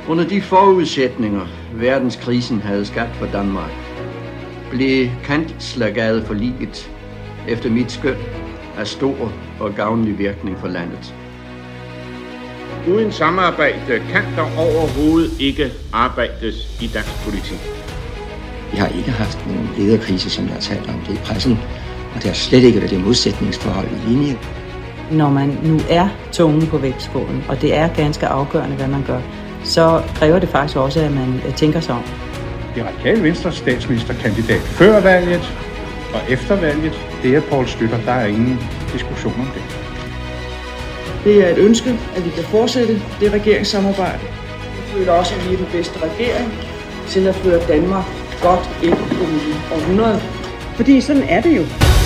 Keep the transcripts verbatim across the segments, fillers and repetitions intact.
Under de forudsætninger, verdenskrisen havde skabt for Danmark, blev kanslergadeforliget efter mit skøn af stor og gavnlig virkning for landet. Uden samarbejde kan der overhovedet ikke arbejdes i dansk politik. Vi har ikke haft nogen lederkrise, som jeg har talt om det i pressen, og det har slet ikke været det modsætningsforhold i linje. Når man nu er tungen på vægtskålen, og det er ganske afgørende, hvad man gør, så kræver det faktisk også, at man tænker sig om. Det radikale Venstres statsministerkandidat før valget og efter valget, det er Poul Schlüter. Der er ingen diskussion om det. Det er et ønske, at vi kan fortsætte det regeringssamarbejde. Jeg føler også, at vi er den bedste regering til at føre Danmark godt ind i det nye århundrede. Fordi sådan er det jo.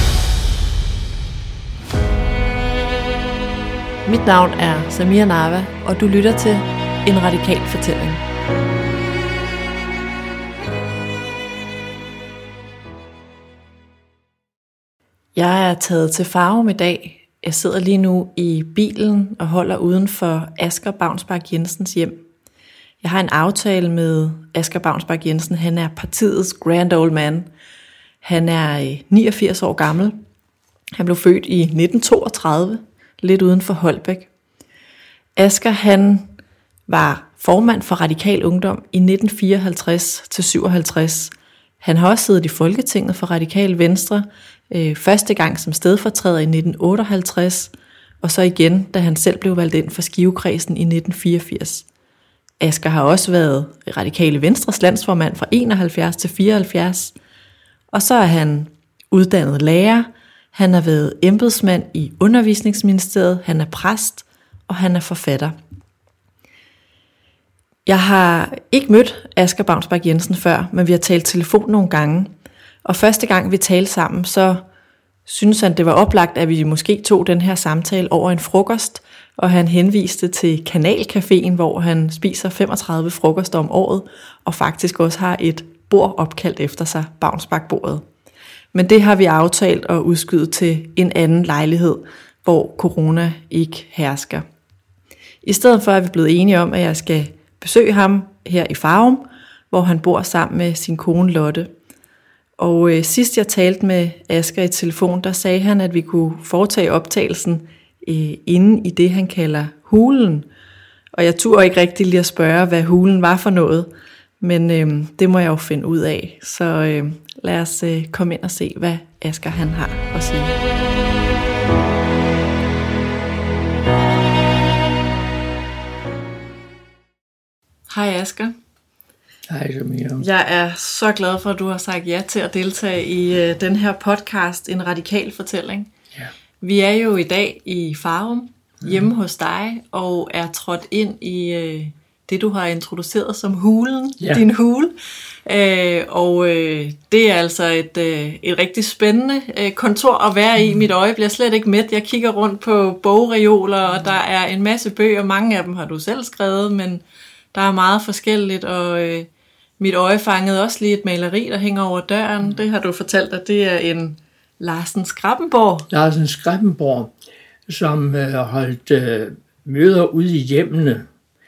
Mit navn er Samira Narva, og du lytter til En Radikal Fortælling. Jeg er taget til Farum i dag. Jeg sidder lige nu i bilen og holder uden for Asger Baunsbak Jensens hjem. Jeg har en aftale med Asger Baunsbak Jensen. Han er partiets grand old man. Han er niogfirs år gammel. Han blev født i nitten toogtredive, lidt uden for Holbæk. Asger, han var formand for Radikal Ungdom i nitten fireoghalvtreds til syvoghalvtreds. Han har også siddet i Folketinget for Radikal Venstre, øh, første gang som stedfortræder i nitten otteoghalvtreds, og så igen, da han selv blev valgt ind for Skivekredsen i nitten fireogfirs. Asger har også været Radikale Venstres landsformand fra enoghalvfjerds til fireoghalvfjerds, og så er han uddannet lærer, han har været embedsmand i Undervisningsministeriet, han er præst, og han er forfatter. Jeg har ikke mødt Asger Baunsbak Jensen før, men vi har talt telefon nogle gange. Og første gang vi talte sammen, så synes han, det var oplagt, at vi måske tog den her samtale over en frokost, og han henviste til Kanalcaféen, hvor han spiser femogtredive frokoster om året, og faktisk også har et bord opkaldt efter sig, Baunsbak-bordet. Men det har vi aftalt at udskyde til en anden lejlighed, hvor corona ikke hersker. I stedet for er vi blevet enige om, at jeg skal besøge ham her i Farum, hvor han bor sammen med sin kone Lotte. Og øh, sidst jeg talte med Asger i telefon, der sagde han, at vi kunne foretage optagelsen øh, inde i det, han kalder hulen. Og jeg turde ikke rigtig lige at spørge, hvad hulen var for noget, men øh, det må jeg jo finde ud af. Så øh, lad os øh, komme ind og se, hvad Asger han har at sige. Hej Asger. Hej Samira. Jeg er så glad for, at du har sagt ja til at deltage i uh, den her podcast, En Radikal Fortælling. Ja. Vi Vi er jo i dag i Farum, hjemme mm. hos dig, og er trådt ind i øh, det, du har introduceret som hulen, ja. din hule. Øh, og øh, det er altså et, øh, et rigtig spændende øh, kontor at være i. Mm. Mit øje bliver slet ikke mæt. Jeg kigger rundt på bogreoler, og der er en masse bøger. Mange af dem har du selv skrevet, men der er meget forskelligt, og øh, mit øje fangede også lige et maleri, der hænger over døren. Det har du fortalt, at det er en Larsen Skrabbenborg. Larsen Skrabbenborg, som øh, holdt øh, møder ude i hjemmene,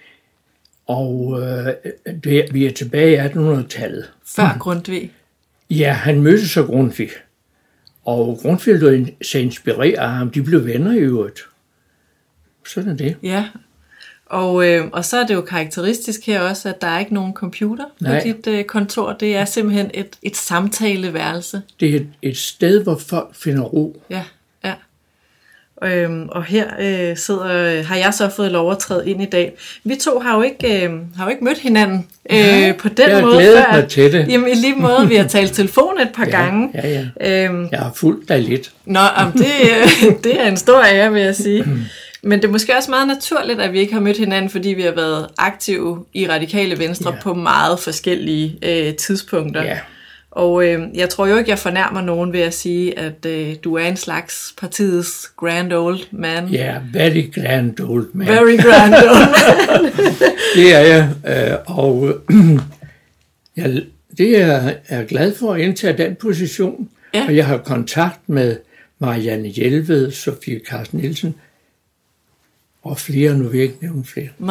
og øh, det, vi er tilbage i attenhundredetallet. Før Grundtvig? Ja, han mødte så Grundtvig, og Grundtvig lod sig inspirere af ham. De blev venner i øvrigt. Sådan er det. Ja, og, øh, og så er det jo karakteristisk her også, at der er ikke nogen computer Nej. på dit øh, kontor. Det er simpelthen et, et samtaleværelse. Det er et, et sted, hvor folk finder ro. Ja, ja. Øhm, og her øh, sidder, har jeg så fået lov at træde ind i dag. Vi to har jo ikke, øh, har jo ikke mødt hinanden øh, Nej, på den jeg måde. Jeg har glædet mig til det. Jamen i lige måde, vi har talt telefon et par ja, gange. Ja, ja. Øhm, jeg har fulgt dig lidt. Nå, om det, det er en stor ære, vil jeg sige. Men det er måske også meget naturligt, at vi ikke har mødt hinanden, fordi vi har været aktive i Radikale Venstre ja. på meget forskellige øh, tidspunkter. Ja. Og øh, jeg tror jo ikke, jeg fornærmer nogen ved at sige, at øh, du er en slags partiets grand old man. Ja, yeah, very grand old man. Very grand old man. Det er jeg, øh, og øh, jeg det er jeg glad for at indtage den position. Ja. Og jeg har kontakt med Marianne Jelved, Sofie Carsten Nielsen, og flere, nu vil jeg ikke nævne flere. Nej,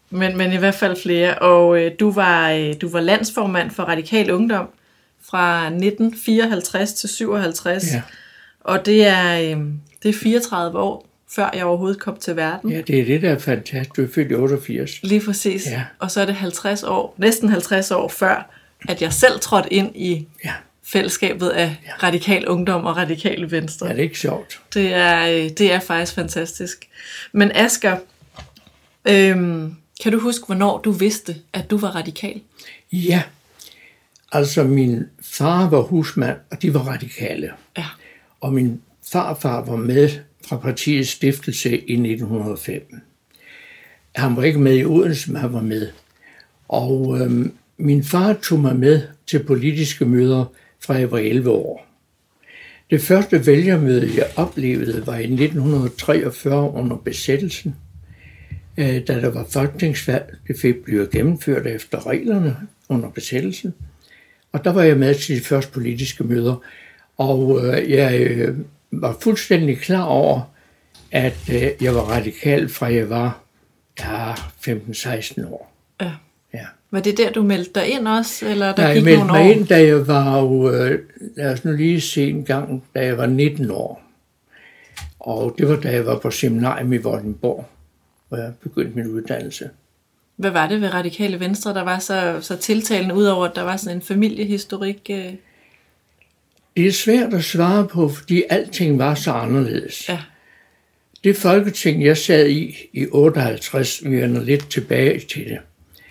men, men i hvert fald flere. Og øh, du, var, øh, du var landsformand for Radikal Ungdom fra nitten fireoghalvtreds til syvoghalvtreds. Ja. Og det er, øh, det er fireogtredive år, før jeg overhovedet kom til verden. Ja, det er det, der er fantastisk. Du er født i otteogfirs. Lige præcis. Ja. Og så er det halvtreds år, næsten halvtreds år før, at jeg selv trådte ind i ja. fællesskabet af ja. Radikal Ungdom og Radikale Venstre. Ja, det er ikke sjovt. Det er, det er faktisk fantastisk. Men Asger, øhm, kan du huske, hvornår du vidste, at du var radikal? Ja, altså min far var husmand, og de var radikale. Ja. Og min farfar var med fra partiets stiftelse i nitten hundrede og fem. Han var ikke med i Odense, men han var med. Og øhm, min far tog mig med til politiske møder fra jeg var elleve år. Det første vælgermøde, jeg oplevede, var i nitten treogfyrre under besættelsen, da der var folketingsvalg. Det fik blevet gennemført efter reglerne under besættelsen. Og der var jeg med til de første politiske møder. Og jeg var fuldstændig klar over, at jeg var radikal, fra jeg var ja, femten seksten år. Ja. Ja. Var det der, du meldte dig ind også? Eller der Nej, gik jeg meldte nogle mig år? ind, da jeg var jo, lad os nu lige se en gang, da jeg var nitten år. Og det var, da jeg var på seminarium i Vordingborg, hvor jeg begyndte min uddannelse. Hvad var det ved Radikale Venstre, der var så, så tiltalende, udover at der var sådan en familiehistorik? Øh... Det er svært at svare på, fordi alting var så anderledes. Ja. Det folketing, jeg sad i i otteoghalvtreds, vi vender lidt tilbage til det.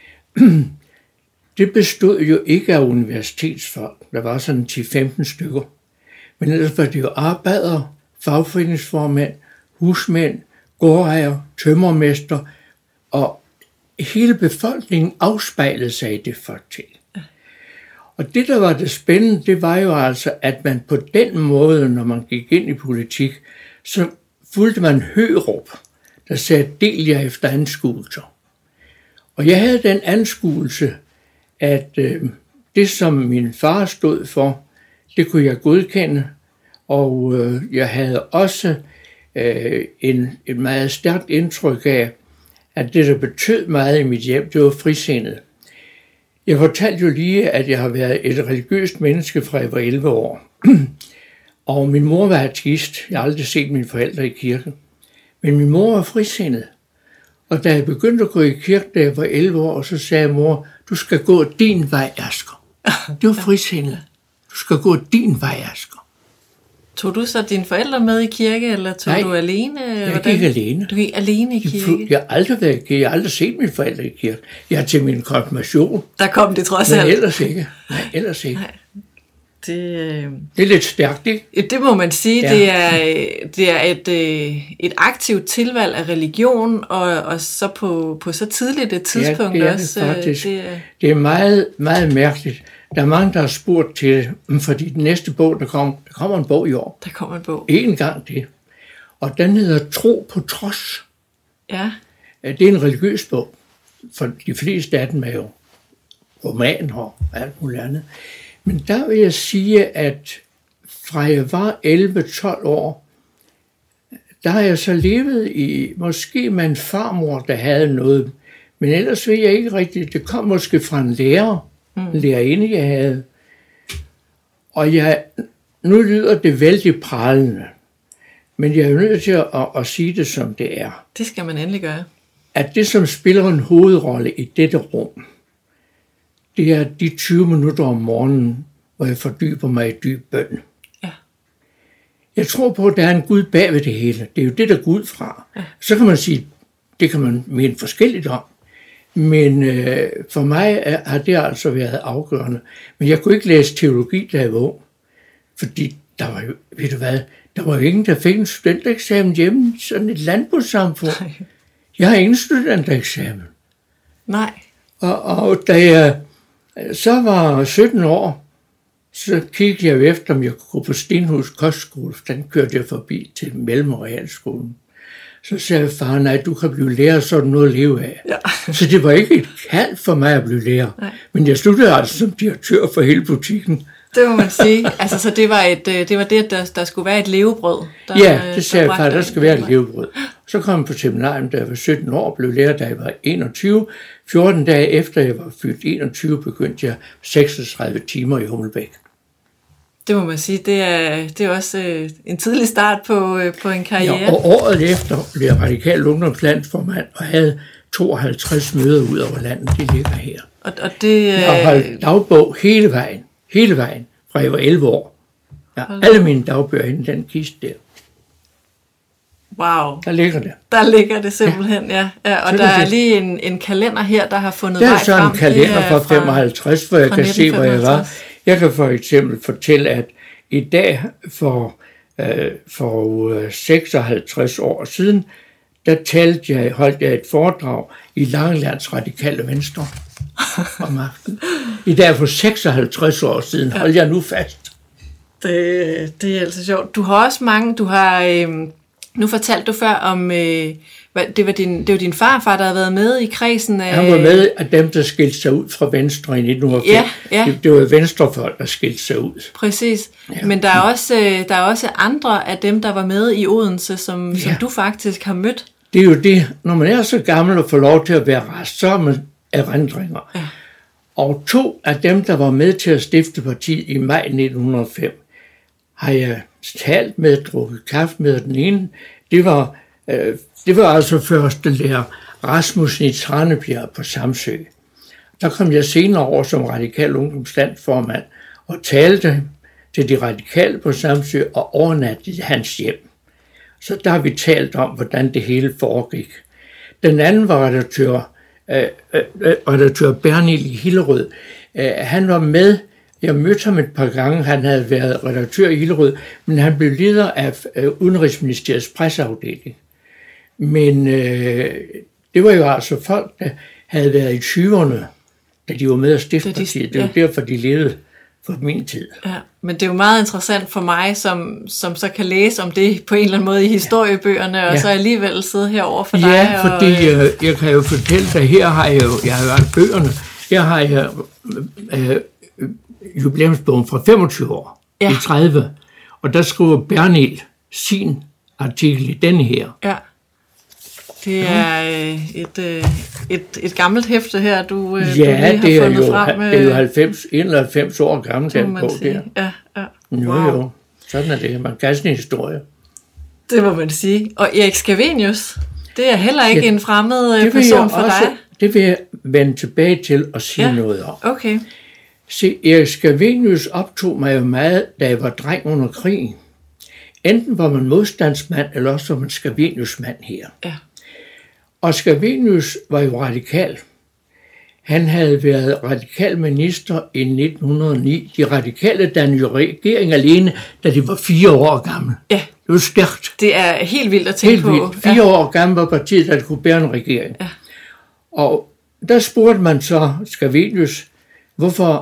Det bestod jo ikke af universitetsfolk. Der var sådan ti til femten stykker. Men ellers var det jo arbejdere, fagforeningsformænd, husmænd, gårdejer, tømmermester, og hele befolkningen afspejlede sig i det folketing. Og det, der var det spændende, det var jo altså, at man på den måde, når man gik ind i politik, så fulgte man Hørup, der sagde, del jer efter anskuelser. Og jeg havde den anskuelse, at øh, det, som min far stod for, det kunne jeg godkende, og øh, jeg havde også øh, en, et meget stærkt indtryk af, at det, der betød meget i mit hjem, det var frisindet. Jeg fortalte jo lige, at jeg har været et religiøst menneske fra jeg var elleve år. Og min mor var ateist. Jeg har aldrig set mine forældre i kirken. Men min mor var frisindet. Og da jeg begyndte at gå i kirke, da jeg var elleve år, så sagde mor, du skal gå din vej, Asger. Det var frisindet. Du skal gå din vej, Asger. Tog du så dine forældre med i kirke, eller tog Nej, du alene? jeg Hvordan? gik alene. Du gik alene i kirke? Jeg har aldrig været i kirke. Jeg har aldrig set mine forældre i kirke. Jeg er til min konfirmation. Der kom det trods Men alt. ellers ikke. Nej, ellers ikke. Nej. Det, øh... det er lidt stærkt, ikke? Det må man sige. Ja. Det er, det er et, et aktivt tilvalg af religion, og, og så på, på så tidligt et tidspunkt ja, det er også. Det, faktisk. Det er, det er meget, meget mærkeligt. Der er mange, der har spurgt til det, fordi den næste bog, der kommer, der kommer en bog i år. Der kommer en bog. En gang det. Og den hedder Tro på trods. Ja. Det er en religiøs bog. For de fleste af dem er jo romaner og alt muligt andet. Men der vil jeg sige, at fra jeg var elleve tolv år, der har jeg så levet i, måske med en farmor, der havde noget. Men ellers ved jeg ikke rigtigt, det kom måske fra en lærer, mm. en lærerinde, jeg havde. Og jeg, nu lyder det vældig pralende, men jeg er nødt til at, at, at sige det, som det er. Det skal man endelig gøre. At det, som spiller en hovedrolle i dette rum, det er de tyve minutter om morgenen, hvor jeg fordyber mig i dyb bøn. Ja. Jeg tror på, at der er en Gud bag ved det hele. Det er jo det, der går ud fra. Ja. Så kan man sige, det kan man mene forskelligt om. Men øh, for mig er, har det altså været afgørende. Men jeg kunne ikke læse teologi, da jeg var ung. Fordi der var jo, ved du hvad, der var jo ingen, der fik en studentereksamen hjemme i sådan et landbrugssamfund. Nej. Jeg har ingen studentereksamen. Nej. Og, og da jeg så var sytten år, så kiggede jeg efter, om jeg kunne gå på Stenhus Kostskole, for den kørte jeg forbi til Mellem- og Realskolen. Så sagde far, nej, du kan blive lærer, så er der noget at leve af. Ja. Så det var ikke et kald for mig at blive lærer. Nej. Men jeg sluttede altså som direktør for hele butikken. Det må man sige. Altså, så det var, et, det, var det, at der, der skulle være et levebrød? Der, ja, det sagde jeg faktisk, der skal være et levebrød. Så kom jeg på seminarium, da jeg var sytten år, blev lærer, da jeg var enogtyve. fjorten dage efter jeg var fyldt enogtyve, begyndte jeg seksogtredive timer i Humlebæk. Det må man sige, det er, det er også øh, en tidlig start på, øh, på en karriere. Ja, og året efter blev jeg radikal ungdomslandsformand og havde tooghalvtreds møder ud over landet, de ligger her. Og, og det, øh... Jeg har holdt dagbog hele vejen, hele vejen, fra jeg var elleve år. Ja, alle mine dagbøger i den kiste der. Wow. Der ligger det. Der ligger det simpelthen, ja. ja. Og der er lige en, en kalender her, der har fundet vej frem. Der er så en kalender fra femoghalvtreds, hvor jeg kan se, hvor jeg var. Jeg kan for eksempel fortælle, at i dag for, øh, for seksoghalvtreds år siden, der talte jeg, holdt jeg et foredrag i Langelands Radikale Venstre om aftenen. I dag for seksoghalvtreds år siden, hold jeg nu fast. Det, det er altså sjovt. Du har også mange, du har, øh, nu fortalte du før om, øh, det, var din, det var din farfar, der havde været med i kredsen af... Han var med af dem, der skilte sig ud fra Venstre i nitten hundrede og fem. Ja, ja. Det, det var Venstrefolk, der skilte sig ud. Præcis. Ja. Men der er, også, der er også andre af dem, der var med i Odense, som, ja. som du faktisk har mødt. Det er jo det, når man er så gammel og får lov til at være rest, så er man erindringer. Ja. Og to af dem, der var med til at stifte partiet i maj nitten hundrede og fem, har jeg talt med, drukket kaffe med. Den ene, det var, øh, det var altså første lærer Rasmussen i Tranebjerg på Samsø. Der kom jeg senere over som radikal ungdomslandsformand og talte til de radikale på Samsø og overnattede hans hjem. Så der har vi talt om, hvordan det hele foregik. Den anden var redaktør, øh, øh, redaktør Bernil i Hillerød. Øh, han var med. Jeg mødte ham et par gange. Han havde været redaktør i Hillerød, men han blev leder af Udenrigsministeriets presseafdeling. Men øh, det var jo altså folk, der havde været i tyverne, da de var med at stifte partiet. Det var ja. derfor, de levede for min tid. Ja, men det er jo meget interessant for mig, som, som så kan læse om det på en eller anden måde i historiebøgerne, ja. og ja. så alligevel sidde herovre for dig. Ja, fordi og, øh, jeg kan jo fortælle dig, her har jeg jo, jeg har jo bøgerne, her har jeg øh, øh, jubilæumsbogen fra femogtyve år, ja. i tredive, og der skriver Bernil sin artikel i denne her. Ja. Det er et, et, et gammelt hæfte her, du, ja, du lige har det er fundet jo, frem. det er jo halvfems, enoghalvfems år gammel, den bog der. Ja, ja. Jo, wow. jo. Sådan er det. Man kan sådan en historie. Det må man sige. Og Erik Scavenius, det er heller ikke ja, en fremmed person for også, dig. Det vil jeg vende tilbage til og sige ja, noget om. Okay. Se, Erik Scavenius optog mig jo meget, da jeg var dreng under krigen. Enten var man modstandsmand, eller også var man Scavenius-mand her. Ja. Og Scavenius var jo radikal. Han havde været radikal minister i nitten hundrede og ni. De radikale dannede jo regering alene, da de var fire år gamle. Ja. Det var stærkt. Det er helt vildt at tænke helt på. Vildt. Fire ja. år gammel var partiet, der kunne bære en regering. Ja. Og der spurgte man så Scavenius, hvorfor,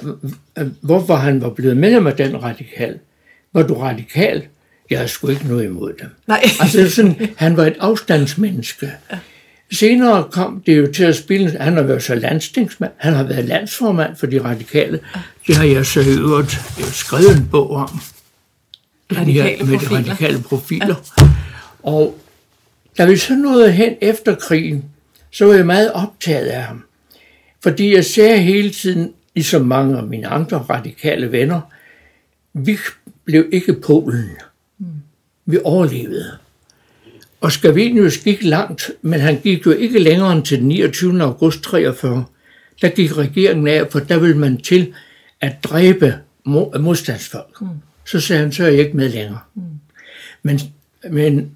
hvorfor han var blevet medlem af den radikal. Var du radikal? Jeg havde sgu ikke noget imod dem. Nej. Altså sådan, han var et afstandsmenneske. Ja. Senere kom det jo til at spille, han har været så landstingsmand, han har været landsformand for de radikale. Ja. Det har jeg så i øvrigt skrevet en bog om. Radikale med profiler. de radikale profiler. Ja. Og da vi så nåede hen efter krigen, så var jeg meget optaget af ham. Fordi jeg sagde hele tiden, ligesom mange af mine andre radikale venner, vi blev ikke Polen. Vi overlevede. Og Scavenius gik langt, men han gik jo ikke længere end til den niogtyvende august treogfyrre. Der gik regeringen af, for der ville man til at dræbe modstandsfolk. Mm. Så sagde han, så er jeg ikke med længere. Mm. Men, men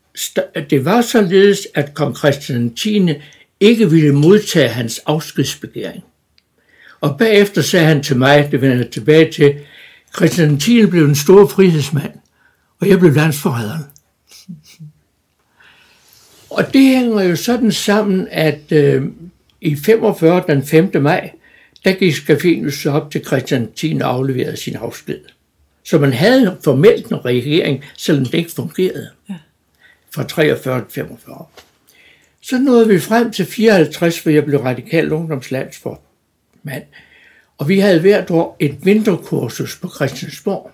det var således, at kong Christian tiende ikke ville modtage hans afskedsbegæring. Og bagefter sagde han til mig, det vender jeg tilbage til, Christian tiende blev en stor frihedsmand, og jeg blev landsforræderen. Og det hænger jo sådan sammen, at øh, i femogfyrre, den femte maj, der gik Scavenius op til Christian tiende og afleverede sin afsked. Så man havde formelt en regering, selvom det ikke fungerede. Ja. Fra treogfyrre til femogfyrre. Så nåede vi frem til fireoghalvtreds, hvor jeg blev radikal ungdomslandsformand. Og vi havde hvert år et vinterkursus på Christiansborg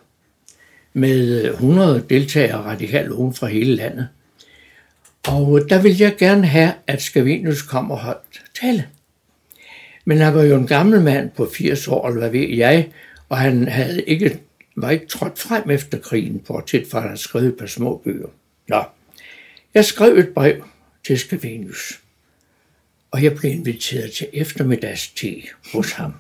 med hundrede deltagere radikale unge fra hele landet. Og der ville jeg gerne have, at Scavenius kom og holdt tale. Men han var jo en gammel mand på firs år, eller hvad ved jeg, og han havde ikke, var ikke trådt frem efter krigen, bortset fra at han skrev et par små bøger. Nå, jeg skrev et brev til Scavenius, og jeg blev inviteret til eftermiddagste hos ham.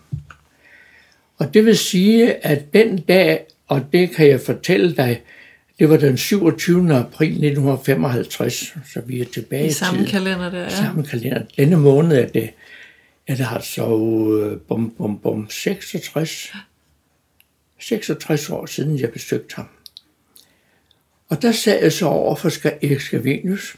Og det vil sige, at den dag, og det kan jeg fortælle dig, det var den syvogtyvende april nitten femoghalvtreds, så vi er tilbage i samme tiden. kalender der, ja. Samme kalender. Denne måned er det, er det altså bum, bum, bum, seksogtres, seksogtres år siden, jeg besøgte ham. Og der sad jeg så over for Erik Scavenius,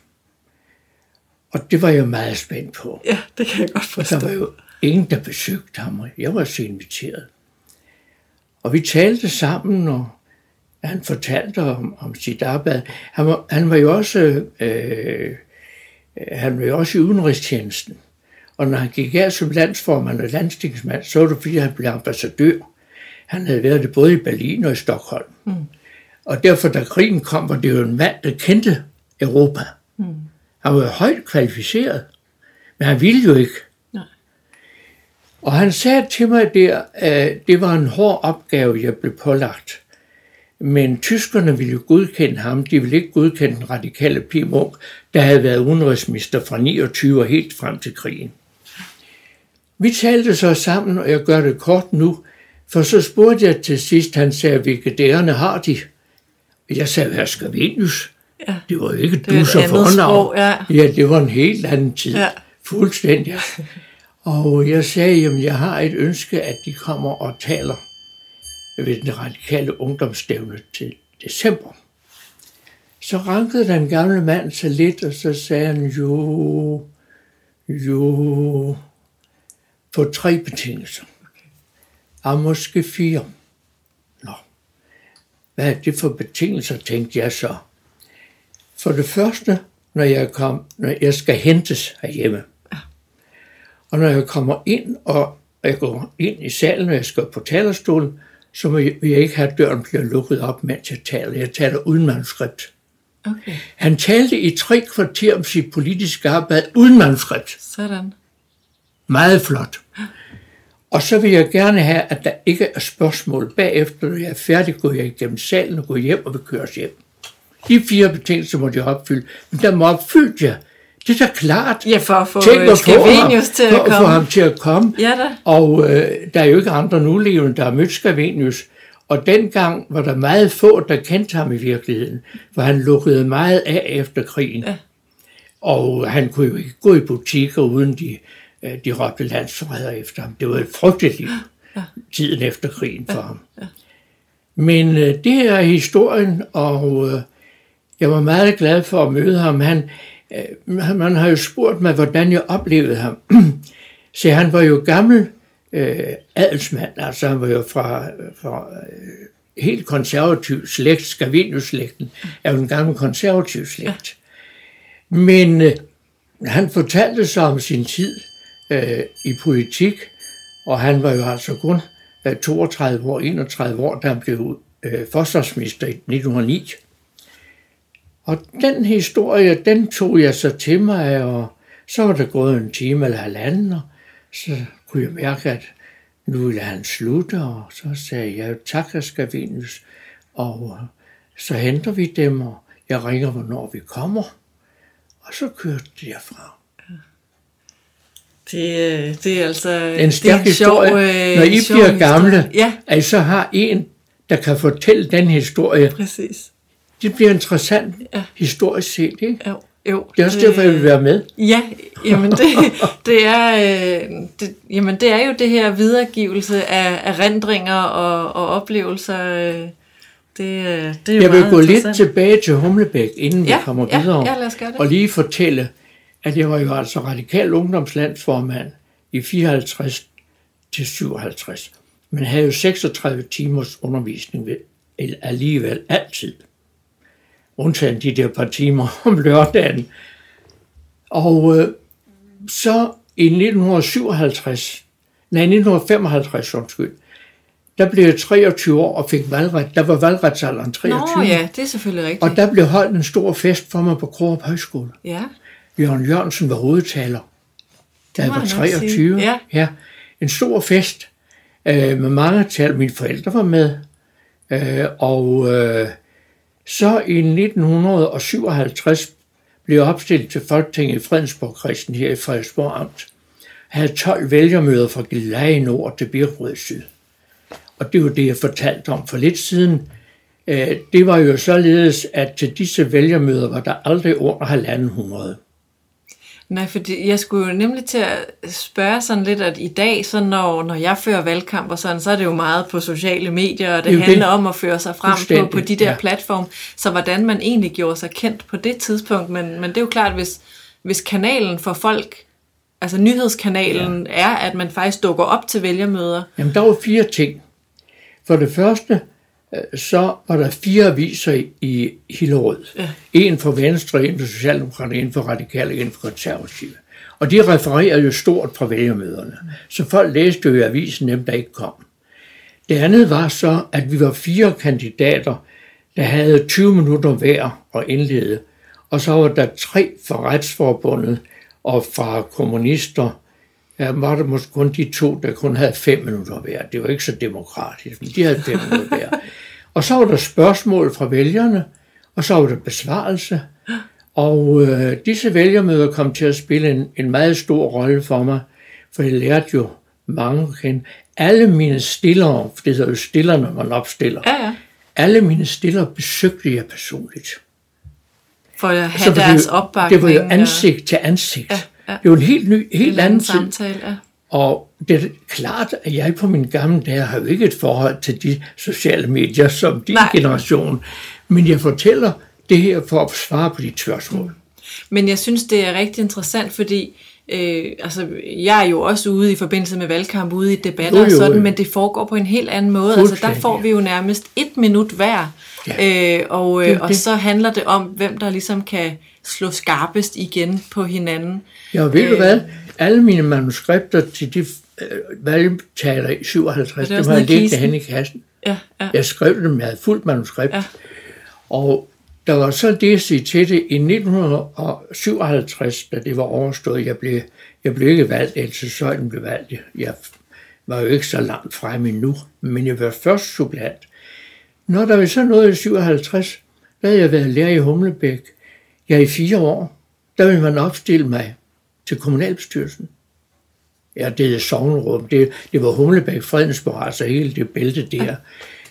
og det var jeg meget spændt på. Ja, det kan jeg godt forstå. Der var jo ingen, der besøgte ham, og jeg var så inviteret. Og vi talte sammen, og han fortalte om, om sit arbejde. Han var, han var jo også, øh, han var jo også i udenrigstjenesten. Og når han gik af som landsformand og landstingsmand, så var det, fordi han blev ambassadør. Han havde været det både i Berlin og i Stockholm. Mm. Og derfor, da krigen kom, var det jo en mand, der kendte Europa. Mm. Han var jo højt kvalificeret, men han ville jo ikke. Nej. Og han sagde til mig der, at det var en hård opgave, jeg blev pålagt. Men tyskerne ville jo godkende ham. De ville ikke godkende den radikale P. Munk, der havde været udenrigsminister fra niogtyve og helt frem til krigen. Vi talte så sammen, og jeg gør det kort nu, for så spurgte jeg til sidst, han sagde, hvilke dærerne har de? Og jeg sagde, her Scavenius. Ja. Det var jo ikke du så fornavn. Ja. ja, det var en helt anden tid. Ja. Fuldstændig. Og jeg sagde, jamen jeg har et ønske, at de kommer og taler ved den radikale ungdomsstævne til december. Så rankede den gamle mand sig lidt, og så sagde han, jo, jo, på tre betingelser. Og måske fire. Nå, hvad er det for betingelser, tænkte jeg så. For det første, når jeg, kom, når jeg skal hentes herhjemme. Og når jeg kommer ind, og jeg går ind i salen, og jeg skal på talerstolen, så vil jeg ikke have, at døren bliver lukket op, mens jeg taler. Jeg taler uden manuskript. Okay. Han talte i tre kvarter om sit politiske arbejde uden manuskript. Sådan. Meget flot. Og så vil jeg gerne have, at der ikke er spørgsmål bagefter. Når jeg er færdig, går jeg igennem salen og går hjem og vil køres hjem. De fire betingelser må jeg opfylde. Men der må opfylde jeg. Det er da klart. Ja, for at få Scavenius til at komme. For at få ham til at komme. Ja da. Og øh, der er jo ikke andre nulevende, der har mødt Scavenius. Og dengang var der meget få, der kendte ham i virkeligheden. For han lukkede meget af efter krigen. Ja. Og han kunne jo ikke gå i butikker, uden de, de råbte landsforræder efter ham. Det var et frygteligt liv, ja. Tiden efter krigen for ja. ham. Ja. Men øh, det er historien, og øh, jeg var meget glad for at møde ham. Han, øh, man har jo spurgt mig, hvordan jeg oplevede ham. Så han var jo gammel øh, adelsmand, altså han var jo fra, fra øh, helt konservativ slægt. Scavenius-slægten er jo en gammel konservativ slægt. Ja. Men øh, han fortalte sig om sin tid øh, i politik, og han var jo altså kun øh, toogtredive år, enogtredive år, da han blev øh, forsvarsminister i nitten hundrede og ni. Og den historie, den tog jeg så til mig, og så var der gået en time eller halvanden, og så kunne jeg mærke, at nu ville han slutte, og så sagde jeg, tak, Scavenius, og så henter vi dem, og jeg ringer, hvornår vi kommer, og så kørte det derfra. Det, det er altså en stærk historie. Sjov, øh, Når I bliver gamle, ja. At I så har en, der kan fortælle den historie. Præcis. Det bliver interessant ja. Historisk set, ikke? Jo. Jo, det er også det, derfor, jeg vil være med. Ja, jamen det, det, er, det, jamen det er jo det her videregivelse af erindringer og, og oplevelser. Det, det er jo jeg vil gå lidt tilbage til Humlebæk, inden ja, vi kommer ja, videre. Ja, lad os gøre det. Og lige fortælle, at jeg var jo altså radikal ungdomslandsformand i fireoghalvtreds til syvoghalvtreds. Men havde jo seksogtredive timers undervisning ved, alligevel altid. Undtagen de der par timer om lørdagen. Og øh, så i nitten syvoghalvtreds, nej, nitten femoghalvtreds, undskyld, der blev jeg treogtyve år og fik valgret. Der var valgretsalderen treogtyve. Nå ja, det er selvfølgelig rigtigt. Og der blev holdt en stor fest for mig på Krogerup Højskole. Ja. Jørgen Jørgensen var hovedtaler, da jeg var treogtyve. Ja. ja. En stor fest øh, med mange tal. Mine forældre var med. Øh, og øh, så i nitten syvoghalvtreds blev jeg opstillet til Folketinget i Fredensborg-kredsen her i Frederiksborg Amt. Jeg havde tolv vælgermøder fra Gilleleje i nord til Birkerød i syd. Og det var det, jeg fortalte om for lidt siden. Det var jo således, at til disse vælgermøder var der aldrig under halvanden hundrede. Nej, fordi jeg skulle jo nemlig til at spørge sådan lidt, at i dag, så når, når jeg fører valgkamp og sådan, så er det jo meget på sociale medier, og det, det handler det. om at føre sig frem på, på de der ja. platforme. Så hvordan man egentlig gjorde sig kendt på det tidspunkt, men, men det er jo klart, hvis, hvis kanalen for folk, altså nyhedskanalen, ja. er, at man faktisk dukker op til vælgermøder. Jamen, der var fire ting. For det første, så var der fire aviser i Hillerød. Ja. En for Venstre, en for Socialdemokraterne, en for Radikale, en for Konservative. Og de refererede jo stort fra vælgermøderne. Så folk læste jo i avisen, dem der ikke kom. Det andet var så, at vi var fire kandidater, der havde tyve minutter hver at indlede. Og så var der tre fra Retsforbundet og fra kommunister. Ja, var der måske kun de to, der kun havde fem minutter hver. Det var ikke så demokratisk, men de havde fem minutter hver. Og så var der spørgsmål fra vælgerne, og så var der besvarelse. Og øh, disse vælgermøder kom til at spille en, en meget stor rolle for mig, for jeg lærte jo mange kende. Alle mine stillere, for det hedder jo stiller, når man opstiller, ja, ja. alle mine stillere besøgte jeg personligt. For at have så deres opbakning. Det var jo ansigt til ansigt. Ja. Ja. Det var en helt ny, helt anden samtale, ja. Og det er klart, at jeg på min gamle dage har jo ikke et forhold til de sociale medier som din Nej. generation, men jeg fortæller det her for at svare på de spørgsmål. Men jeg synes, det er rigtig interessant, fordi øh, altså, jeg er jo også ude i forbindelse med valgkamp, ude i debatter jo, jo, jo. og sådan, men det foregår på en helt anden måde. Altså, der får vi jo nærmest et minut hver, ja. øh, og, øh, og så handler det om, hvem der ligesom kan slå skarpest igen på hinanden. Ja, ved du hvad? Alle mine manuskripter til de øh, valgtaler i syvoghalvtreds, det var liggende hen i kassen. Ja, ja. Jeg skrev dem med fuldt manuskript. Ja. Og der var så det at sige til det i nitten syvoghalvtreds, da det var overstået. Jeg blev, jeg blev ikke valgt, Else Søjden blev valgt. Jeg var jo ikke så langt fremme endnu, men jeg var først suppleant. Når der var så noget i syvoghalvtreds, der havde jeg været lærer i Humlebæk. Jeg er i fire år. Der ville man opstille mig til kommunalbestyrelsen. Ja, det er sognerum. Det, det var Humlebæk, Fredensborg, altså hele det bælte der. Ja.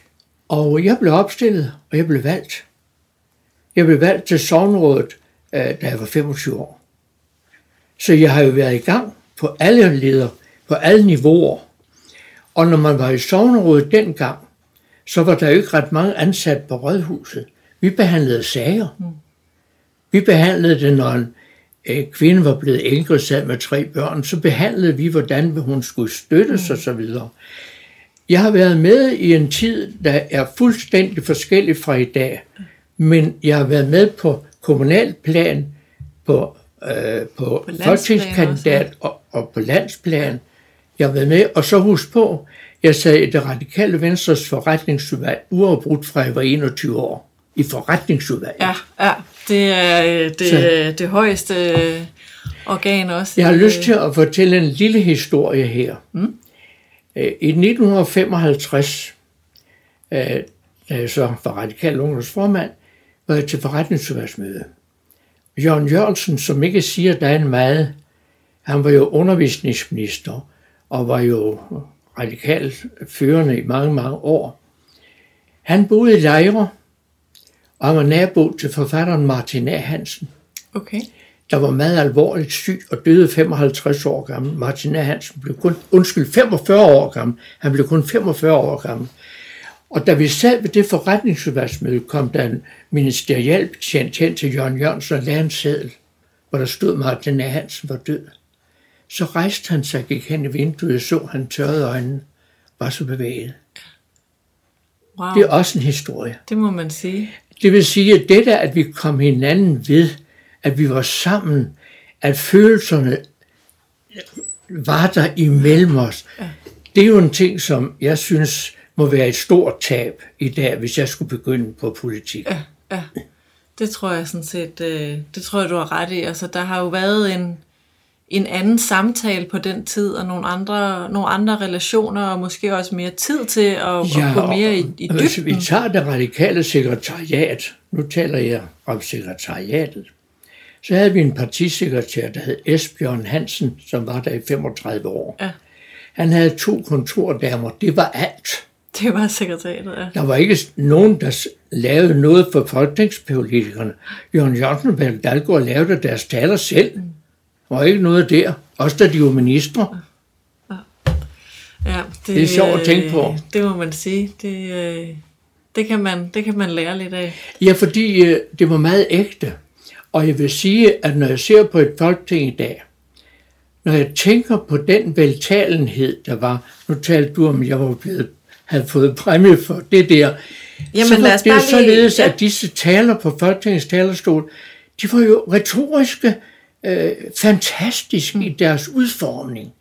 Og jeg blev opstillet, og jeg blev valgt. Jeg blev valgt til sognerådet, da jeg var femogtyve år. Så jeg har jo været i gang på alle leder, på alle niveauer. Og når man var i sognerådet dengang, så var der jo ikke ret mange ansat på rådhuset. Vi behandlede sager. Mm. Vi behandlede det, når en øh, kvinde var blevet enke og sad med tre børn, så behandlede vi, hvordan hun skulle støttes mm. og så videre. Jeg har været med i en tid, der er fuldstændig forskellig fra i dag, men jeg har været med på kommunalplan, på, øh, på, på folketingskandidat og, og på landsplan. Jeg har været med, og så husk på, jeg sad i det radikale Venstres forretningsudvalg uafbrudt fra jeg var enogtyve år. I forretningsudvalget. Ja, ja, det er det, det, det højeste organ også. Jeg har lyst til at fortælle en lille historie her. Mm. I nitten femoghalvtreds, da jeg så var radikal ungdomsformand, var jeg til forretningsudvalgsmøde. Jørgen Jørgensen, som ikke siger, der er en meget, han var jo undervisningsminister, og var jo radikal førende i mange, mange år. Han boede i Lejre, og han var nabo til forfatteren Martin A. Hansen, okay. der var meget alvorligt syg og døde femoghalvtreds år gammel. Martin A. Hansen blev kun, undskyld, femogfyrre år gammel. Han blev kun femogfyrre år gammel. Og da vi sad ved det forretningsudvalgsmøde, kom der en ministeriel betjent hen til Jørgen Jørgensen og lagde en seddel, hvor der stod, Martin A. Hansen var død. Så rejste han sig, gik hen i vinduet, og så han tørrede øjnene, var så bevæget. Wow. Det er også en historie. Det må man sige. Det vil sige, at det der, at vi kom hinanden ved, at vi var sammen, at følelserne var der imellem os. Ja. Det er jo en ting, som jeg synes må være et stort tab i dag, hvis jeg skulle begynde på politik. Ja, ja. Det tror jeg sådan set, øh, det tror jeg, du har ret i. Altså, der har jo været en, en anden samtale på den tid, og nogle andre, nogle andre relationer, og måske også mere tid til at, ja, at gå mere i, i dybden. Hvis vi tager det radikale sekretariat, nu taler jeg om sekretariatet, så havde vi en partisekretær, der hed Esbjørn Hansen, som var der i femogtredive år. Ja. Han havde to kontordamer, det var alt. Det var sekretariatet, ja. Der var ikke nogen, der lavede noget for folketingspolitikerne. Jørgen Jørgensen og Palle Dalgaard lavede deres taler selv. Der var ikke noget der. Også da de var ministre. Ja. Ja, det, det er sjovt at tænke på. Det må man sige. Det, det, kan, man, det kan man lære lidt af. Ja, fordi det var meget ægte. Og jeg vil sige, at når jeg ser på et folketing i dag, når jeg tænker på den veltalenhed, der var, nu talte du om, at jeg var blevet, havde fået præmie for det der, jamen, så var det jo således, ja. At disse taler på Folketingets talerstol, de var jo retoriske, øh, fantastiske mm. i deres udformning.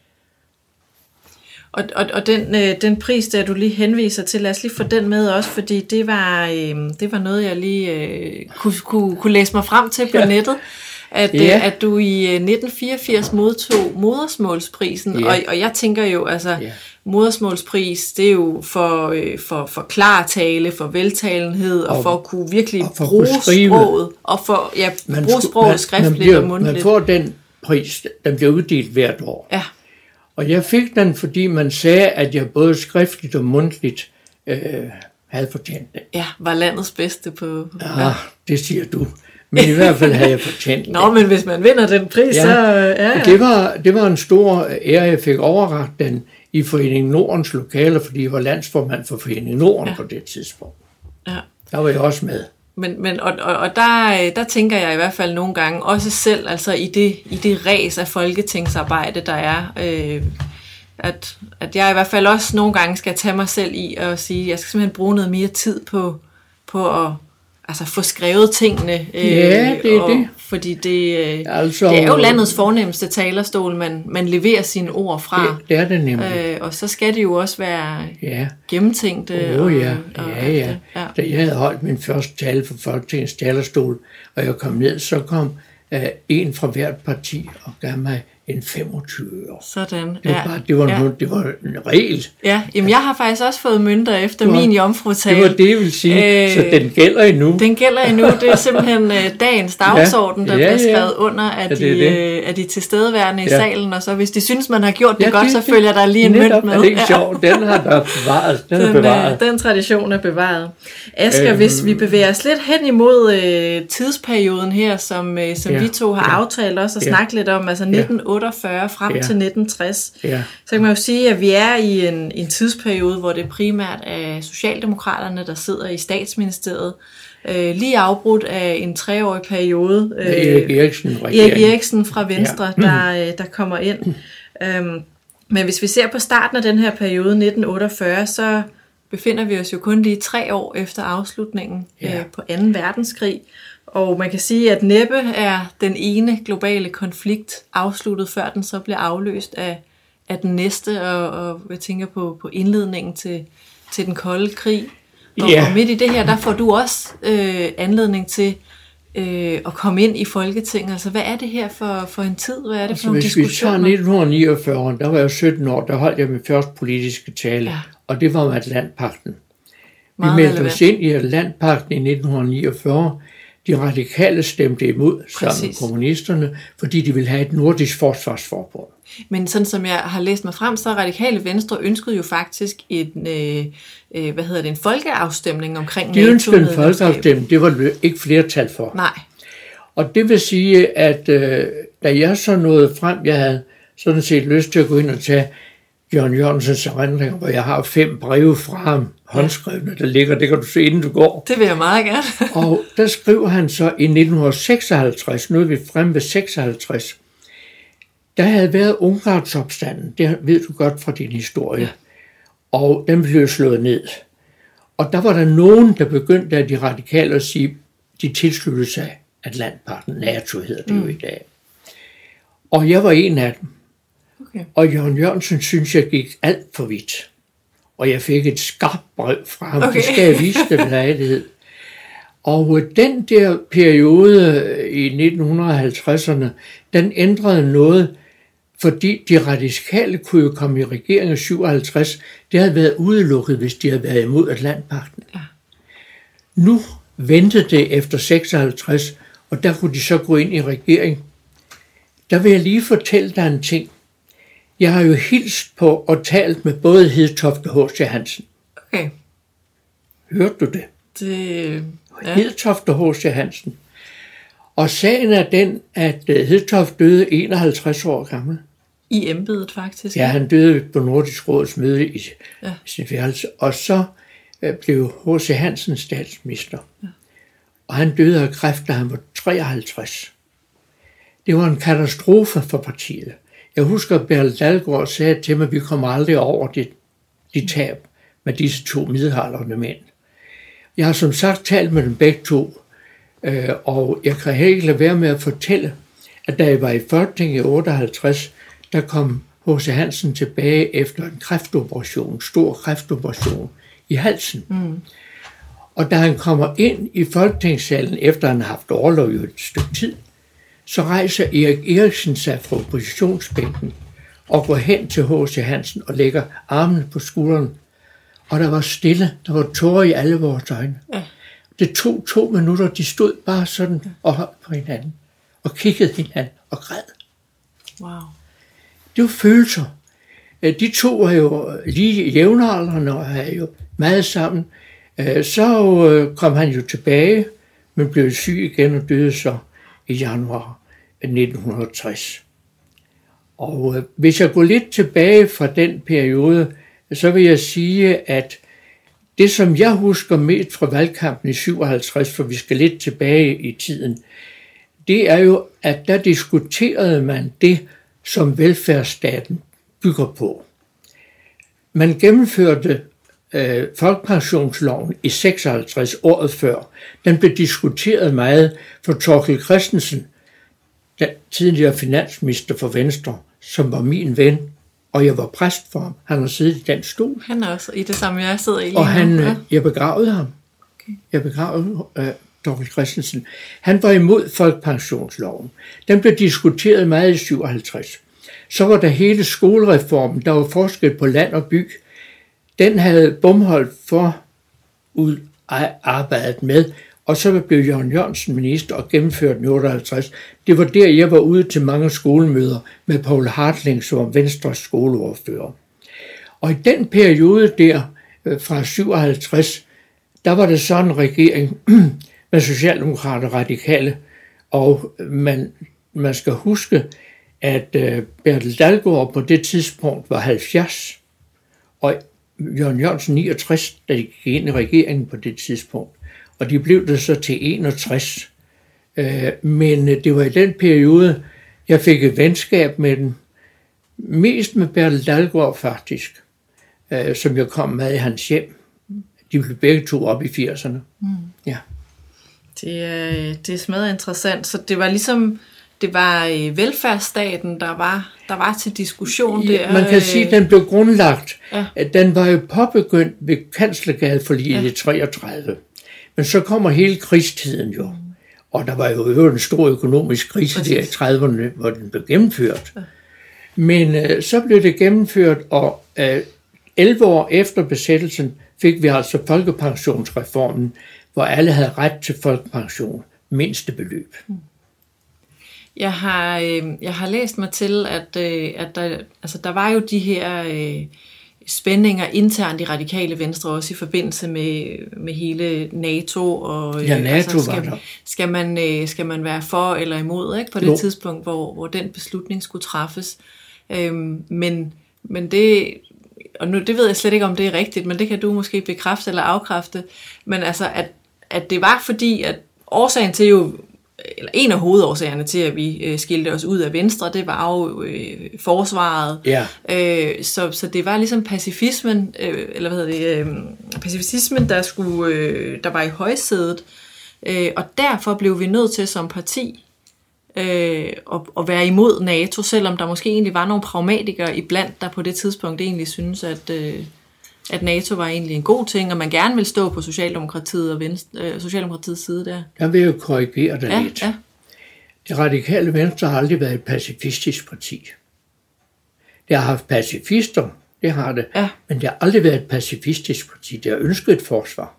Og, og, og den, øh, den pris, der du lige henviser til, lad os lige få den med også, fordi det var, øh, det var noget, jeg lige øh, kunne, kunne, kunne læse mig frem til på ja. nettet. At, ja. øh, at du i nitten fireogfirs modtog modersmålsprisen, ja. og, og jeg tænker jo, altså ja. modersmålspris, det er jo for, øh, for, for klartale, for veltalenhed, og, og for at kunne virkelig og bruge sproget, og for ja, man bruge sproget man, skriftligt man bliver, og mundtligt. Man får den pris, den bliver uddelt hvert år. Ja. Og jeg fik den, fordi man sagde, at jeg både skriftligt og mundtligt øh, havde fortjent det. Ja, var landets bedste på... Ja, ja, det siger du. Men i hvert fald havde jeg fortjent det. Nå, men hvis man vinder den pris, ja, så... Ja. Det var, det var en stor ære, jeg fik overrakt den i Foreningen Nordens lokaler, fordi jeg var landsformand for Foreningen Norden ja. på det tidspunkt. Ja. Der var jeg også med. Men, men, og og, og der, der tænker jeg i hvert fald nogle gange, også selv altså i det, i det ræs af folketingsarbejde, der er, øh, at, at jeg i hvert fald også nogle gange skal tage mig selv i og sige, at jeg skal simpelthen bruge noget mere tid på, på at altså, få skrevet tingene. Øh, ja, det er og, det. Fordi det, øh, altså, det er jo landets fornemmeste talerstol, man, man leverer sine ord fra. Det, det er det nemlig. Øh, og så skal det jo også være ja. gennemtænkt. Åh oh, ja, og, og ja, ja. ja. Da jeg havde holdt min første tale for Folketingets talerstol, og jeg kom ned, så kom uh, en fra hvert parti og gav mig en femogtyve år. Sådan, det var, ja. bare, det, var ja. noget, det var en regel. Ja, jamen jeg har faktisk også fået mønter efter var, min jomfrutale. Det var det, jeg vil sige. Øh, så den gælder endnu. Den gælder endnu. Det er simpelthen uh, dagens dagsorden, der ja, ja, bliver skrevet under af, ja, de, uh, af de tilstedeværende ja. i salen. Og så hvis de synes, man har gjort det ja, godt, det, så følger der lige en mønt med. Det er ikke sjovt. Den har der bevaret. Den, den, er bevaret. den tradition er bevaret. Asger, øhm, hvis vi bevæger os lidt hen imod uh, tidsperioden her, som, uh, som ja, vi to har ja, aftalt også at ja, snakke lidt om, altså nitten otteogfyrre frem ja. til nitten tres, ja. så kan man jo sige, at vi er i en, en tidsperiode, hvor det primært er Socialdemokraterne, der sidder i Statsministeriet, øh, lige afbrudt af en treårig periode. Øh, Erik Eriksen, Erik Eriksen fra Venstre, ja. der, der kommer ind. øhm, men hvis vi ser på starten af den her periode, nitten otteogfyrre, så befinder vi os jo kun lige tre år efter afslutningen ja. øh, på anden verdenskrig. Og man kan sige, at næppe er den ene globale konflikt afsluttet, før den så bliver afløst af, af den næste. Og, og jeg tænker på, på indledningen til, til den kolde krig. Og, yeah. og midt i det her, der får du også øh, anledning til øh, at komme ind i Folketinget. Altså, hvad er det her for, for en tid? Hvad er det altså, for nogle hvis diskussioner? Hvis vi tager nitten niogfyrre, der var jeg sytten år, der holdt jeg min første politiske tale. Ja. Og det var om Atlantpagten. Vi meldte os ind i Atlantpagten i nitten niogfyrre. De radikale stemte imod sammen med kommunisterne, fordi de ville have et nordisk forsvarsforbund. Men sådan som jeg har læst mig frem, så Radikale Venstre ønskede jo faktisk en, øh, øh, hvad hedder det, en folkeafstemning omkring NATO. De ønskede en folkeafstemning, det var det ikke flertal for. Nej. Og det vil sige, at øh, da jeg så nåede frem, jeg havde sådan set lyst til at gå ind og tage Jørgen Jørgensens erindringer, hvor jeg har fem breve fra ham, håndskrevne, der ligger, det kan du se, inden du går. Det vil jeg meget gerne. Og der skriver han så i nitten seksoghalvtreds, nu er vi fremme ved seksoghalvtreds, der havde været Ungarnsopstanden, det ved du godt fra din historie, ja. Og den blev slået ned. Og der var der nogen, der begyndte af de radikale at sige, de tilsluttede sig Atlantpagten, NATO hedder det mm. jo i dag. Og jeg var en af dem. Okay. Og Jørgen Jørgensen synes, jeg gik alt for vidt. Og jeg fik et skarpt brev fra ham. Okay. Det skal jeg vise dem lejlighed. Og den der periode i nitten halvtredserne, den ændrede noget, fordi de radikale kunne jo komme i regering i syvoghalvtreds. Det havde været udelukket, hvis de havde været imod Atlantpagten. Ja. Nu ventede det efter seksoghalvtreds, og der kunne de så gå ind i regering. Der vil jeg lige fortælle dig en ting. Jeg har jo hilst på og talt med både Hedtoft og H C Hansen. Okay. Hørte du det? Det... Ja. Hedtoft og H C Hansen. Og sagen er den, at Hedtoft døde enoghalvtreds år gammel. I embedet faktisk? Ja, han døde på Nordisk Råds møde i ja. sin værelse. Og så blev H C Hansen statsminister. Ja. Og han døde af kræft, da han var treoghalvtreds. Det var en katastrofe for partiet. Jeg husker, at Bertel Dalgaard sagde til mig, at vi kommer aldrig over de, de tab med disse to middelaldrende mænd. Jeg har som sagt talt med dem begge to, øh, og jeg kan ikke lade være med at fortælle, at da jeg var i Folketinget i otteoghalvtreds, der kom H C Hansen tilbage efter en kræftoperation, en stor kræftoperation i halsen. Mm. Og da han kommer ind i Folketingssalen, efter han har haft overlov i et stykke tid, så rejser Erik Eriksen sig fra oppositionsbænken og går hen til H C Hansen og lægger armene på skulderen. Og der var stille, der var tårer i alle vores øjne. Ja. Det tog to minutter, de stod bare sådan og holdt på hinanden, og kiggede hinanden og græd. Wow. Det var følelser. De to var jo lige jævnaldrende og havde jo meget sammen. Så kom han jo tilbage, men blev syg igen og døde så i januar nitten tres. Og hvis jeg går lidt tilbage fra den periode, så vil jeg sige, at det, som jeg husker mest fra valgkampen i syvoghalvtreds, for vi skal lidt tilbage i tiden, det er jo, at der diskuterede man det, som velfærdsstaten bygger på. Man gennemførte øh, folkepensionsloven i seksoghalvtreds, året før. Den blev diskuteret meget for Thorkild Christensen, den tidligere finansminister for Venstre, som var min ven, og jeg var præst for ham. Han har siddet i den stol. Han er også i det samme, jeg sidder i. Og han, ja. jeg begravede ham. Okay. Jeg begravede uh, Thorkild Christensen. Han var imod folkepensionsloven. Den blev diskuteret meget i syvoghalvtreds. Så var der hele skolereformen, der var forskel på land og by. Den havde Bomholt for ud arbejdet med, og så blev Jørgen Jørgensen minister og gennemførte den i otteoghalvtreds. Det var der, jeg var ude til mange skolemøder med Poul Hartling som Venstres skoleordfører. Og i den periode der, fra syvoghalvtreds, der var det sådan en regering med socialdemokrater radikale, og man, man skal huske, at Bertel Dalgaard på det tidspunkt var halvfjerds, og Jørgen Jørgensen niogtres, da de gik ind i regeringen på det tidspunkt. Og de blev det så til enogtres. Men det var i den periode, jeg fik et venskab med den. Mest med Bertel Dalgaard faktisk, som jeg kom med i hans hjem. De blev begge to op i firserne. Mm. Ja. Det er, det er smadret interessant. Så det var ligesom, det var velfærdsstaten, der var, der var til diskussion der. Ja, man kan sige, at den blev grundlagt. Ja. Den var jo påbegyndt ved Kanslergadeforliget i treogtredive. Men så kommer hele krigstiden jo. Og der var jo en stor økonomisk krise der i trediverne, hvor den blev gennemført. Ja. Men øh, så blev det gennemført, og øh, elleve år efter besættelsen fik vi altså folkepensionsreformen, hvor alle havde ret til folkepension, mindste beløb. Jeg har, øh, jeg har læst mig til, at, øh, at der, altså, der var jo de her øh, spændinger internt i Radikale Venstre, også i forbindelse med, med hele NATO. Og, ja, NATO altså, skal, var der. Skal man, øh, skal man være for eller imod, ikke, på det jo. tidspunkt, hvor, hvor den beslutning skulle træffes. Øhm, men, men det... Og nu, det ved jeg slet ikke, om det er rigtigt, men det kan du måske bekræfte eller afkræfte. Men altså, at, at det var fordi, at årsagen til jo, eller en af hovedårsagerne til, at vi øh, skilte os ud af Venstre, det var jo øh, forsvaret. Ja. Øh, så, så det var ligesom pacifismen, øh, eller hvad hedder det, øh, pacifismen, der, skulle, øh, der var i højsædet. Øh, og derfor blev vi nødt til som parti øh, og, og være imod NATO, selvom der måske egentlig var nogle pragmatikere iblandt, der på det tidspunkt egentlig synes, at, øh, at NATO var egentlig en god ting, og man gerne vil stå på Socialdemokratiet og Venstre, øh, Socialdemokratiets side der. Jeg vil jo korrigere dig ja, lidt. Ja. Det radikale Venstre har aldrig været et pacifistisk parti. Det har haft pacifister, det har det, ja. Men det har aldrig været et pacifistisk parti. Det har ønsket et forsvar.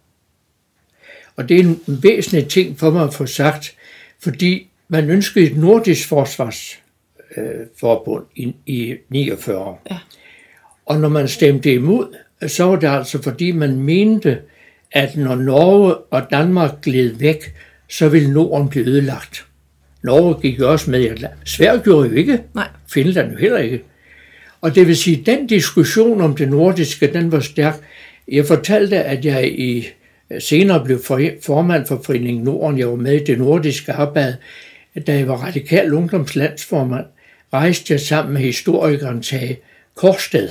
Og det er en væsentlig ting for mig at få sagt, fordi man ønskede et nordisk forsvarsforbund øh, i, i niogfyrre. Ja. Og når man stemte imod, så var det altså fordi man mente, at når Norge og Danmark gled væk, så ville Norden blive ødelagt. Norge gik jo også med i Atlanten. Sverige gjorde jo ikke. Nej. Finland jo heller ikke. Og det vil sige, at den diskussion om det nordiske, den var stærk. Jeg fortalte, at jeg i senere blev formand for Foreningen Norden. Jeg var med i det nordiske arbejde. Da jeg var radikal ungdomslandsformand, rejste jeg sammen med historikeren Tage Korsted,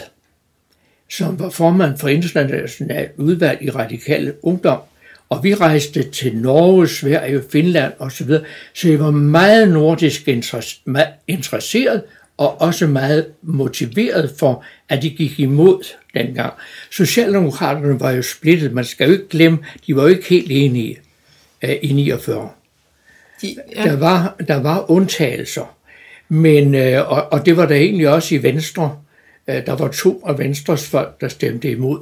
som var formand for internationalt udvalg i radikal ungdom. Og vi rejste til Norge, Sverige, Finland osv. Så jeg var meget nordisk interesseret og også meget motiveret for, at de gik imod dengang. Socialdemokraterne var jo splittet. Man skal jo ikke glemme, de var jo ikke helt enige uh, i niogfyrre. De, ja. der, var, der var undtagelser, men, uh, og, og det var der egentlig også i Venstre. Uh, der var to af Venstres folk, der stemte imod.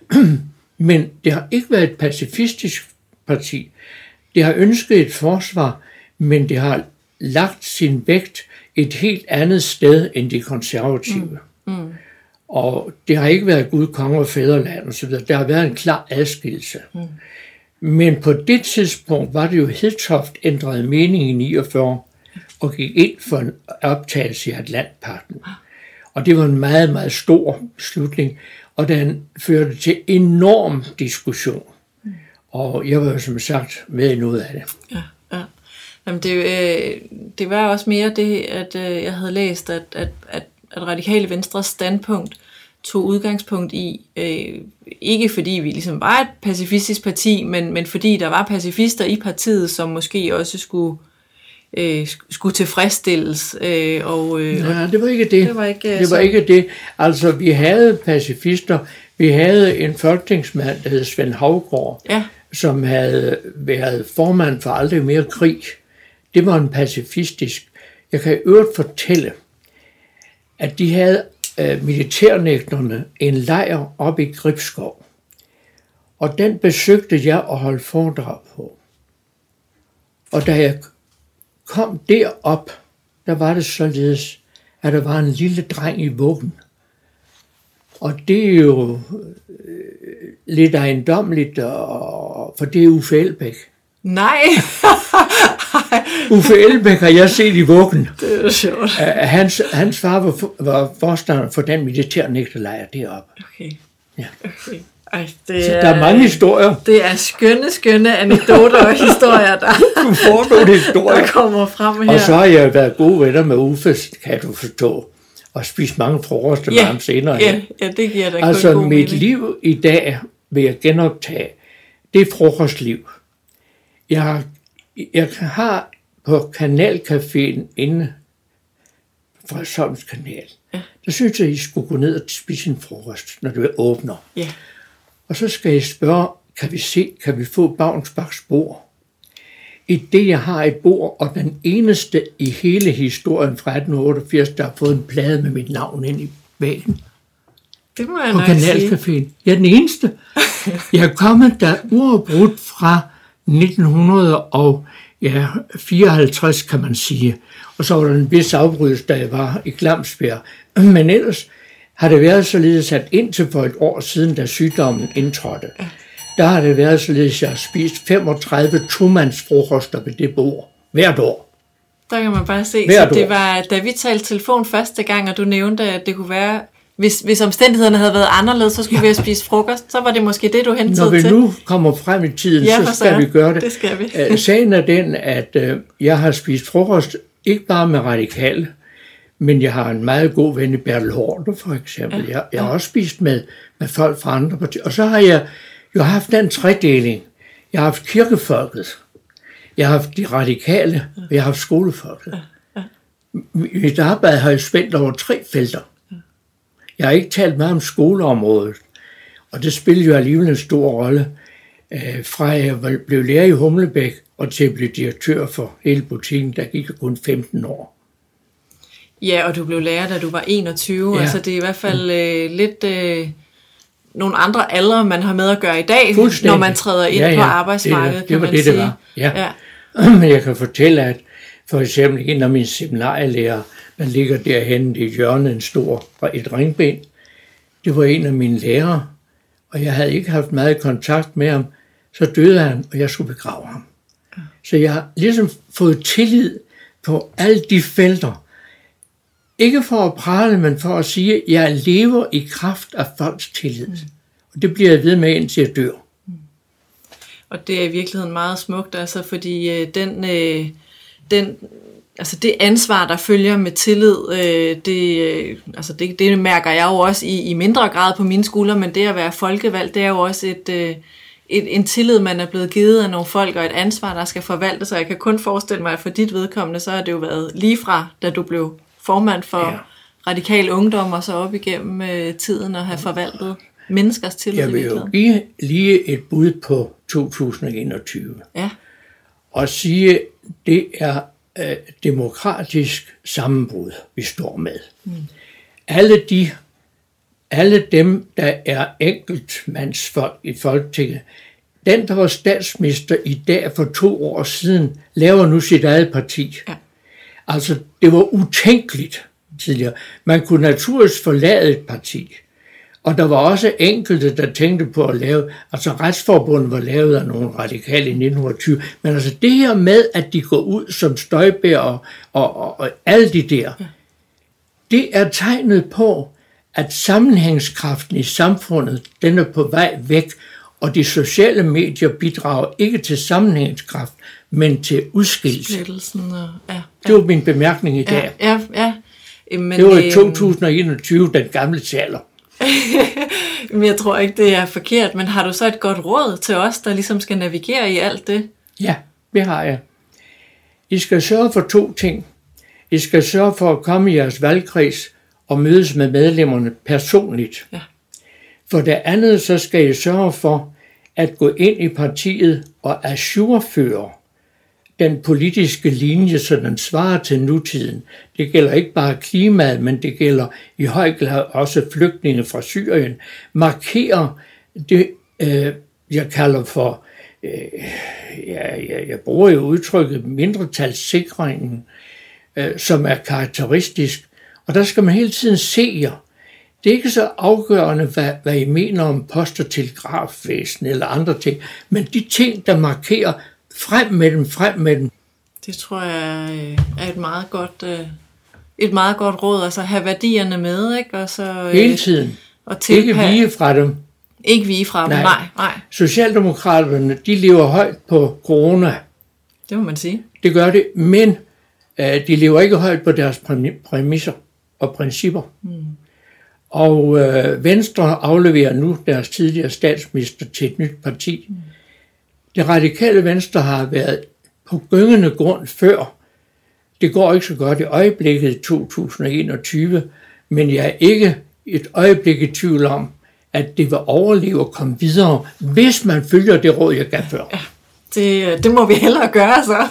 Men det har ikke været et pacifistisk parti. Det har ønsket et forsvar, men det har lagt sin vægt et helt andet sted end de konservative. Mm. Mm. Og det har ikke været Gud, konge og fædreland og så videre. Der har været en klar adskillelse. Mm. Men på det tidspunkt var det jo Hedtoft ændrede mening i niogfyrre og gik ind for en optagelse i Atlantpagten. Og det var en meget, meget stor beslutning, og den førte til enorm diskussion. Mm. Og jeg var jo som sagt med i noget af det. Ja, ja. Jamen det, øh, det var også mere det, at øh, jeg havde læst, at, at, at, at Radikale Venstres standpunkt tog udgangspunkt i, øh, ikke fordi vi ligesom var et pacifistisk parti, men, men fordi der var pacifister i partiet, som måske også skulle, øh, skulle tilfredsstilles. Øh, og, øh, ja, det var ikke det. Det var ikke, det var ikke det. Altså, vi havde pacifister. Vi havde en folketingsmand, der hed Svend Haugaard, ja. Som havde været formand for Aldrig Mere Krig. Det var en pacifistisk. Jeg kan i øvrigt fortælle, at de havde øh, militærnægterne en lejr oppe i Gribskov. Og den besøgte jeg og holdt foredrag på. Og da jeg kom derop, der var det således, at der var en lille dreng i vuggen. Og det er jo øh, lidt ejendommeligt, og, for det er Uffe Elbæk. Nej! Uffe Elbæk har jeg set i vuggen. Det er sjovt. Hans, hans far var, var forstander for den militærnægterlejr deroppe. Okay. Ja. Okay. Ej, det så er, der er mange historier. Det er skønne, skønne anekdoter og historier, der, du får nogle historier. Der kommer frem her. Og så har jeg været gode venner med Uffe, kan du forstå, og spist mange frokoster med ham senere. Ja, ja, det giver da altså god mit mening. Liv i dag vil jeg genoptage. Det er frokostliv. Jeg har, jeg har på Kanalcaféen inde fra Frederiksholms Kanal. Ja. Der synes jeg, at I skulle gå ned og spise en frokost, når du åbner. Ja. Og så skal jeg spørge, kan vi se, kan vi få Bavnsbachs bord? I det, jeg har et bord, og den eneste i hele historien fra atten otteogfirs, der har fået en plade med mit navn ind i væggen. Det må jeg på nok Kanalcaféen. sige. Jeg er den eneste. Jeg er kommet der uafbrudt fra nitten fireoghalvtreds, kan man sige. Og så var der en vis afbrydelse, da jeg var i Glamsbjerg. Men ellers har det været således, at indtil for et år siden, da sygdommen indtrådte, der har det været således, at jeg har spist femogtredive tomandsfrokoster ved det bord. Hvert år. Der kan man bare se. Hvert så det år. var, da vi talte telefon første gang, og du nævnte, at det kunne være, hvis, hvis omstændighederne havde været anderledes, så skulle ja. vi have spist frokost. Så var det måske det, du hentede Når vi til. nu kommer frem i tiden, ja, så skal vi gøre det. Det skal vi. Sagen er den, at øh, jeg har spist frokost, ikke bare med radikale, men jeg har en meget god ven i Bertel Haarder, for eksempel. Ja, jeg, jeg har ja. også spist med, med folk fra andre partier. Og så har jeg jo haft den tredeling. Jeg har haft kirkefolket. Jeg har haft de radikale, og jeg har haft skolefolket. Mit arbejde har jeg spændt over tre felter. Jeg har ikke talt meget om skoleområdet, og det spillede jo alligevel en stor rolle. Fra jeg blev lærer i Humlebæk, og til at blive direktør for hele butikken, der gik kun femten år. Ja, og du blev lærer, da du var enogtyve, ja. Altså det er i hvert fald øh, lidt øh, nogle andre aldre, man har med at gøre i dag, når man træder ind ja, ja. på arbejdsmarkedet, det, kan det var man det, sige. Det var. Ja. Ja. Men jeg kan fortælle, at for eksempel en af mine seminarielærer, der ligger derhenne i hjørnet, en stor, et ringben, det var en af mine lærere, og jeg havde ikke haft meget kontakt med ham, så døde han, og jeg skulle begrave ham. Så jeg har ligesom fået tillid på alle de felter. Ikke for at prale, men for at sige, at jeg lever i kraft af folks tillid. Og det bliver jeg ved med, indtil jeg dør. Og det er i virkeligheden meget smukt, altså, fordi øh, den, øh, den, altså det ansvar, der følger med tillid, øh, det, øh, altså det, det mærker jeg jo også i, i mindre grad på mine skuldre, men det at være folkevalgt, det er jo også et... Øh, Et, en tillid, man er blevet givet af nogle folk, og et ansvar, der skal forvaltes, så jeg kan kun forestille mig, at for dit vedkommende, så har det jo været lige fra, da du blev formand for ja. Radikal Ungdom, og så op igennem øh, tiden at have forvaltet menneskers tillid. Jeg vil jo give lige et bud på to tusind og enogtyve. Ja. Og sige, det er øh, demokratisk sammenbrud, vi står med. Mm. Alle de Alle dem, der er enkeltmandsfolk i Folketinget, den, der var statsminister i dag for to år siden, laver nu sit eget parti. Ja. Altså, det var utænkeligt tidligere. Man kunne naturligvis forlade et parti. Og der var også enkelte, der tænkte på at lave, altså Retsforbundet var lavet af nogle radikale i nitten tyve, men altså det her med, at de går ud som Støjberg og, og, og, og alle de der, ja. Det er tegnet på, at sammenhængskraften i samfundet, den er på vej væk, og de sociale medier bidrager ikke til sammenhængskraft, men til udskillelsen. Og, ja, ja. Det var min bemærkning i dag. Ja, ja, ja. Men, det var i to tusind og enogtyve, den gamle taler. Men jeg tror ikke, det er forkert, men har du så et godt råd til os, der ligesom skal navigere i alt det? Ja, det har jeg. I skal sørge for to ting. I skal sørge for at komme i jeres valgkreds, og mødes med medlemmerne personligt. Ja. For det andet, så skal I sørge for at gå ind i partiet og ajourføre den politiske linje, så den svarer til nutiden. Det gælder ikke bare klimaet, men det gælder i høj grad også flygtninge fra Syrien. Markere det, øh, jeg kalder for, øh, jeg, jeg, jeg bruger jo udtrykket mindretalssikringen, øh, som er karakteristisk. Og der skal man hele tiden se jer. Det er ikke så afgørende, hvad, hvad I mener om post- og telegrafvæsen eller andre ting, men de ting, der markerer, frem med dem, frem med dem. Det tror jeg er et meget godt, et meget godt råd, altså have værdierne med, ikke? Og så, hele tiden. Og tilpa- ikke vige fra dem. Ikke vige fra dem, nej. nej, nej. Socialdemokraterne, de lever højt på corona. Det må man sige. Det gør det, men øh, de lever ikke højt på deres præmisser og principper. Mm. Og øh, Venstre afleverer nu deres tidligere statsminister til et nyt parti. Mm. Det radikale Venstre har været på gyngende grund før. Det går ikke så godt i øjeblikket i to tusind og enogtyve, men jeg er ikke et øjeblik i tvivl om, at det vil overleve og komme videre, hvis man følger det råd, jeg gav før. Ja, det, det må vi hellere gøre så.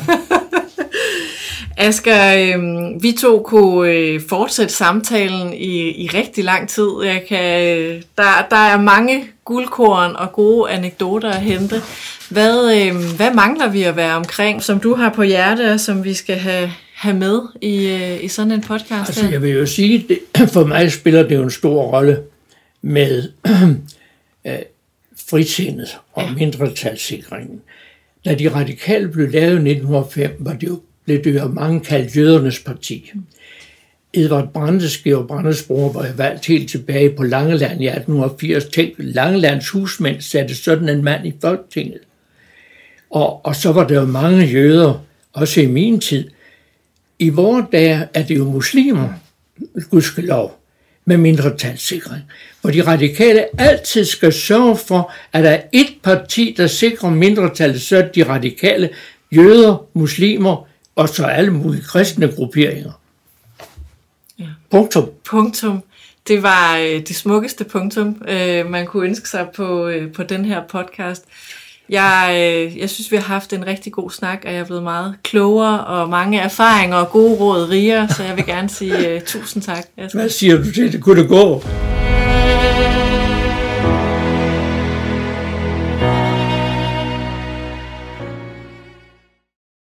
Asger, øh, vi to kunne øh, fortsætte samtalen i, i rigtig lang tid. Jeg kan, øh, der, der er mange guldkorn og gode anekdoter at hente. Hvad, øh, hvad mangler vi at være omkring, som du har på hjerte, og som vi skal have, have med i, øh, i sådan en podcast? Altså, jeg vil jo sige, det, for mig spiller det jo en stor rolle med øh, frisindet og ja. mindretalssikringen. Da de radikale blev lavet i nitten hundrede og fem, var det jo blev det jo mange kaldt jødernes parti. Edvard Brandes, Georg Brandes bror, var valgt helt tilbage på Langeland i atten firs. Tænk, Langelands husmænd satte sådan en mand i Folketinget. Og, og så var der jo mange jøder, også i min tid. I vore dage er det jo muslimer, gudskelov, med mindretalssikring. Hvor de radikale altid skal sørge for, at der er et parti, der sikrer mindretallet, så er de radikale. jøder, muslimer og så alle mulige kristne grupperinger. Ja. Punktum. Punktum. Det var øh, det smukkeste punktum, øh, man kunne ønske sig på, øh, på den her podcast. Jeg, øh, jeg synes, vi har haft en rigtig god snak, og jeg er blevet meget klogere, og mange erfaringer og gode råd rigere, så jeg vil gerne sige øh, tusind tak. Hvad siger du til det? Kunne det gå?